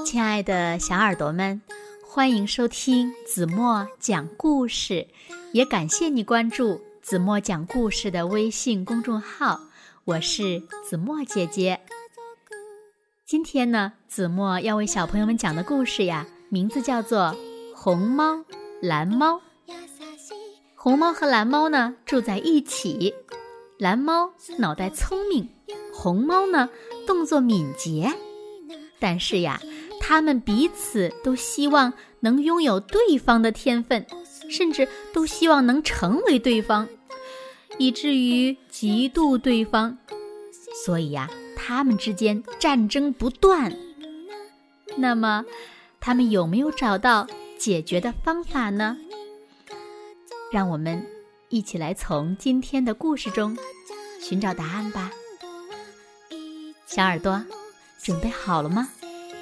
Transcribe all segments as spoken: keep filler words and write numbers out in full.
亲爱的小耳朵们，欢迎收听子墨讲故事，也感谢你关注子墨讲故事的微信公众号，我是子墨姐姐。今天呢，子墨要为小朋友们讲的故事呀，名字叫做红猫蓝猫。红猫和蓝猫呢住在一起，蓝猫脑袋聪明，红猫呢动作敏捷，但是呀，他们彼此都希望能拥有对方的天分，甚至都希望能成为对方，以至于嫉妒对方。所以呀，他们之间战争不断。那么，他们有没有找到解决的方法呢？让我们一起来从今天的故事中寻找答案吧。小耳朵，准备好了吗？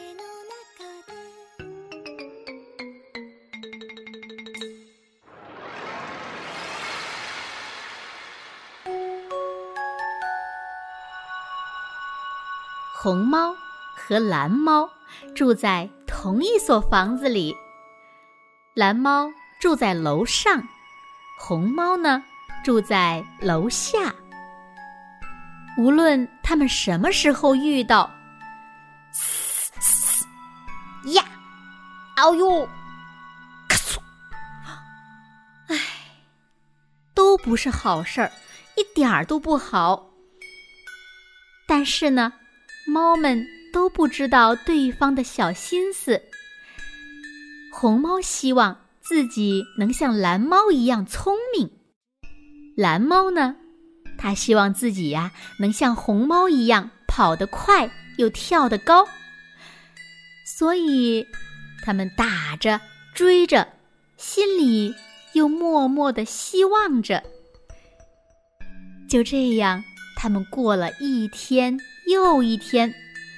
红猫和蓝猫住在同一所房子里，蓝猫住在楼上，红猫呢住在楼下。无论他们什么时候遇到，嘶嘶呀，哎呦，咔嚓，唉，都不是好事儿，一点儿都不好。但是呢，猫们都不知道对方的小心思。红猫希望自己能像蓝猫一样聪明，蓝猫呢，它希望自己呀能像红猫一样跑得快又跳得高。所以他们打着追着，心里又默默地希望着。就这样，他们过了一天又一天。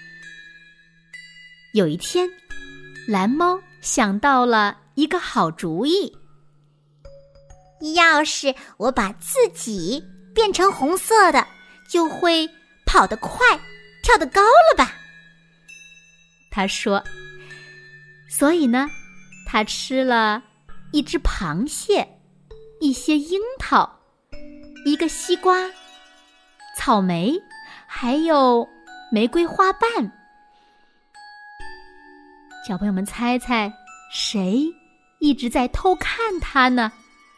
有一天，蓝猫想到了一个好主意。 要是我把自己变成红色的，就会跑得快，跳得高了吧？ 他说。所以呢，他吃了一只螃蟹，一些樱桃，一个西瓜，草莓，还有玫瑰花瓣。小朋友们猜猜，谁一直在偷看他呢？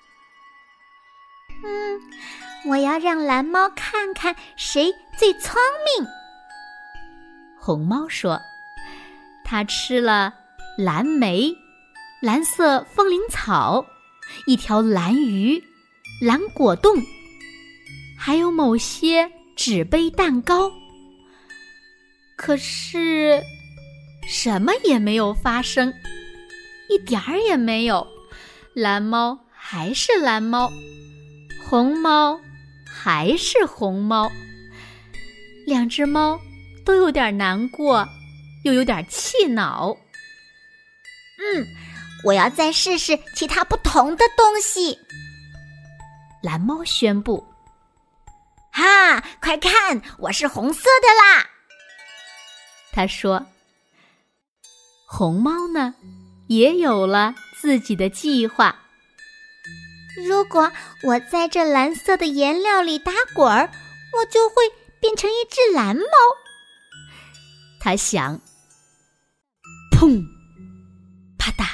嗯，我要让蓝猫看看谁最聪明。 红猫说，他吃了蓝莓，蓝色风铃草，一条蓝鱼，蓝果冻，还有某些纸杯蛋糕。可是什么也没有发生，一点儿也没有。蓝猫还是蓝猫，红猫还是红猫。两只猫都有点难过，又有点气恼。 嗯，我要再试试其他不同的东西。 蓝猫宣布。 哈，快看，我是红色的啦！ 他说。红猫呢，也有了自己的计划。 如果我在这蓝色的颜料里打滚儿，我就会变成一只蓝猫。 他想。砰，啪嗒。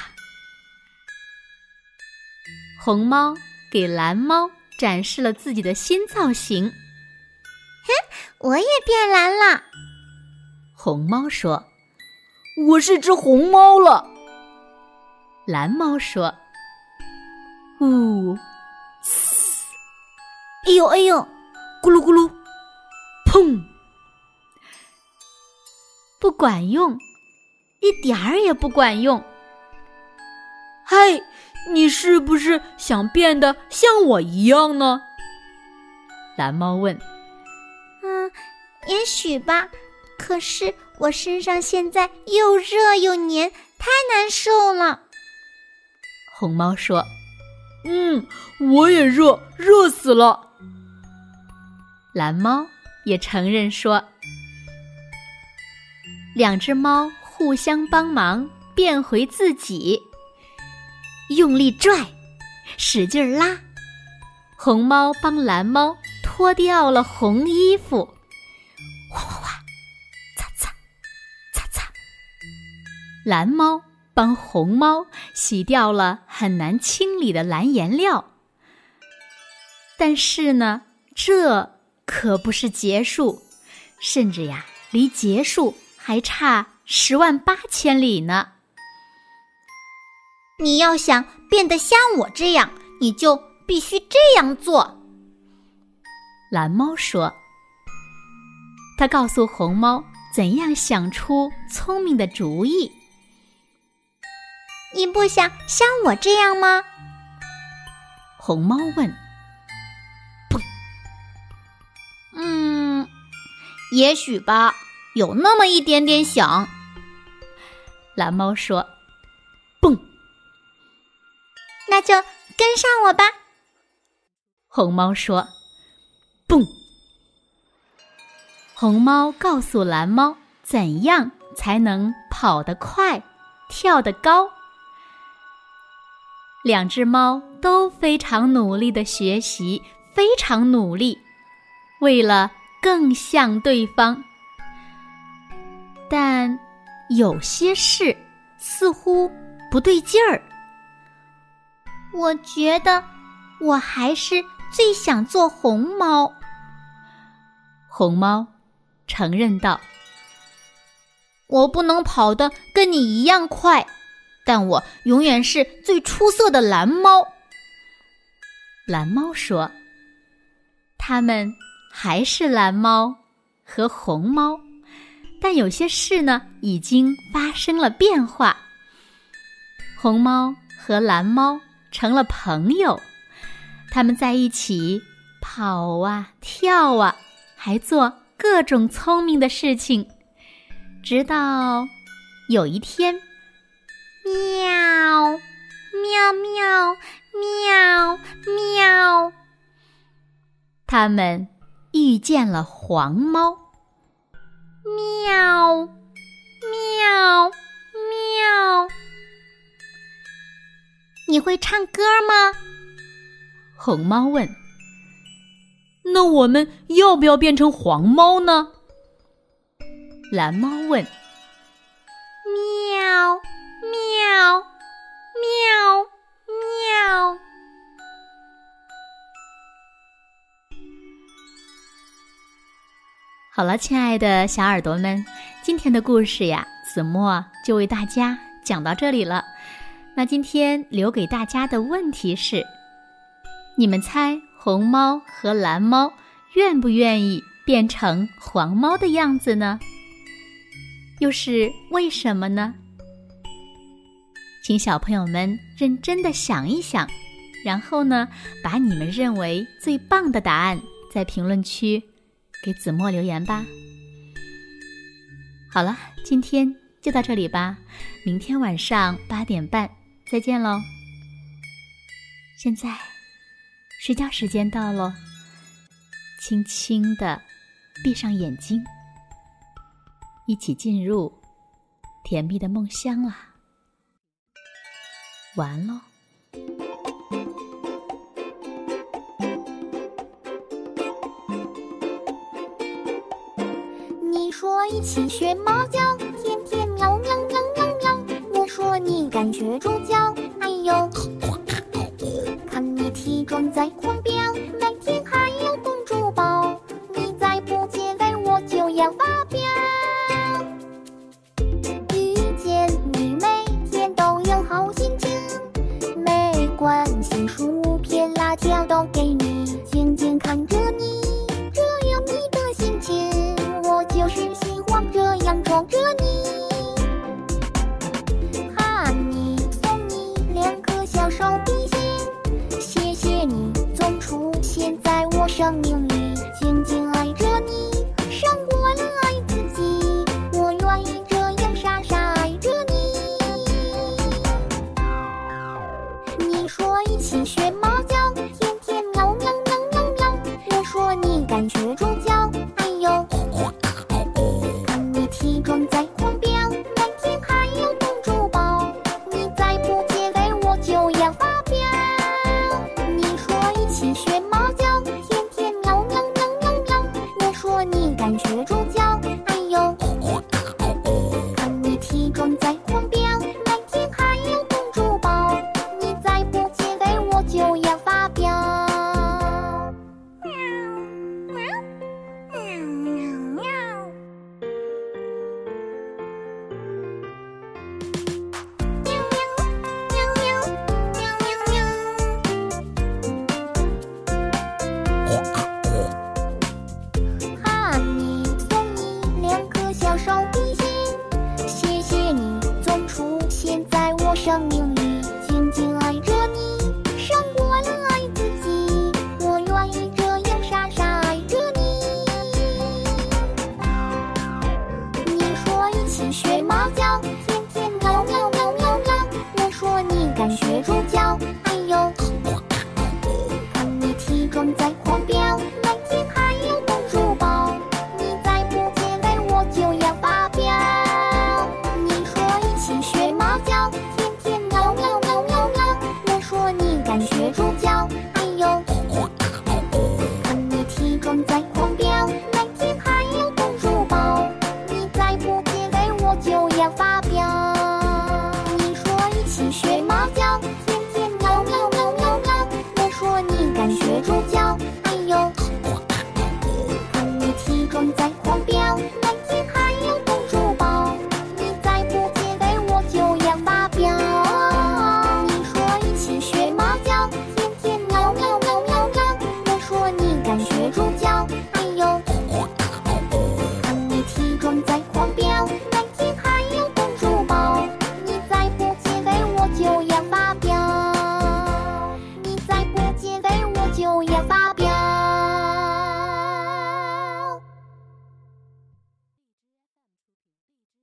红猫给蓝猫展示了自己的新造型。 哼，我也变蓝了。 红猫说。 我是只红猫了。 蓝猫说。呜，嘶， 哎呦哎呦，咕噜咕噜， 砰，不管用，一点儿也不管用。 嗨，你是不是想变得像我一样呢？ 蓝猫问。 嗯，也许吧，可是我身上现在又热又黏，太难受了。 红猫说。 嗯，我也热，热死了。 蓝猫也承认说。两只猫互相帮忙变回自己。用力拽，使劲拉，红猫帮蓝猫脱掉了红衣服，哗哗哗，擦擦擦擦。蓝猫帮红猫洗掉了很难清理的蓝颜料。但是呢，这可不是结束，甚至呀，离结束还差十万八千里呢。 你要想变得像我这样，你就必须这样做。 蓝猫说，他告诉红猫怎样想出聪明的主意。 你不想像我这样吗？ 红猫问。 不，嗯，也许吧，有那么一点点想。 蓝猫说，蹦。 那就跟上我吧。 红猫说，蹦。红猫告诉蓝猫怎样才能跑得快，跳得高。两只猫都非常努力地学习，非常努力，为了更像对方。但有些事似乎不对劲儿。 我觉得我还是最想做红猫。 红猫承认道， 我不能跑得跟你一样快，但我永远是最出色的蓝猫。 蓝猫说，它们还是蓝猫和红猫，但有些事呢，已经发生了变化。红猫和蓝猫成了朋友，他们在一起跑啊跳啊，还做各种聪明的事情，直到有一天， 喵喵喵喵喵， 他们遇见了黄猫。 喵喵喵，你会唱歌吗？ 红猫问。那我们要不要变成黄猫呢？蓝猫问。 喵喵喵喵。 好了，亲爱的小耳朵们，今天的故事呀，子墨就为大家讲到这里了。那今天留给大家的问题是，你们猜红猫和蓝猫愿不愿意变成黄猫的样子呢？又是为什么呢？请小朋友们认真地想一想，然后呢，把你们认为最棒的答案在评论区给子墨留言吧。好了，今天就到这里吧，明天晚上八点半再见喽。现在睡觉时间到咯，轻轻地闭上眼睛，一起进入甜蜜的梦乡啦。晚安咯。 你说一起学猫叫，天天喵喵喵喵喵。我说你敢学猪叫，哎呦，看你体重在狂飙，每天还有公主抱，你再不接待我就要发飙。遇见你每天都有好心情，没关系，薯片辣椒都给你，静静看着你，这样你的心情，我就是喜欢这样装着你。哈你送你两颗小手笔芯，谢谢你总出现在我生命里，静静爱着你，胜过了爱自己，我愿意这样傻傻爱着你。你说一起学猫叫，天天喵喵喵喵喵。我说你敢学猪叫，哎呦。 说你敢学猪叫，哎呦，看你体重在狂飙，每天还有公主抱，你再不减肥我就要发飙。哈尼送你两颗小手笔心，谢谢你总出现在我生命里，紧紧爱着你，胜过了爱自己，我愿意这样傻傻爱着你。你说一起学猫叫，天天喵喵喵喵喵，我说你敢学猪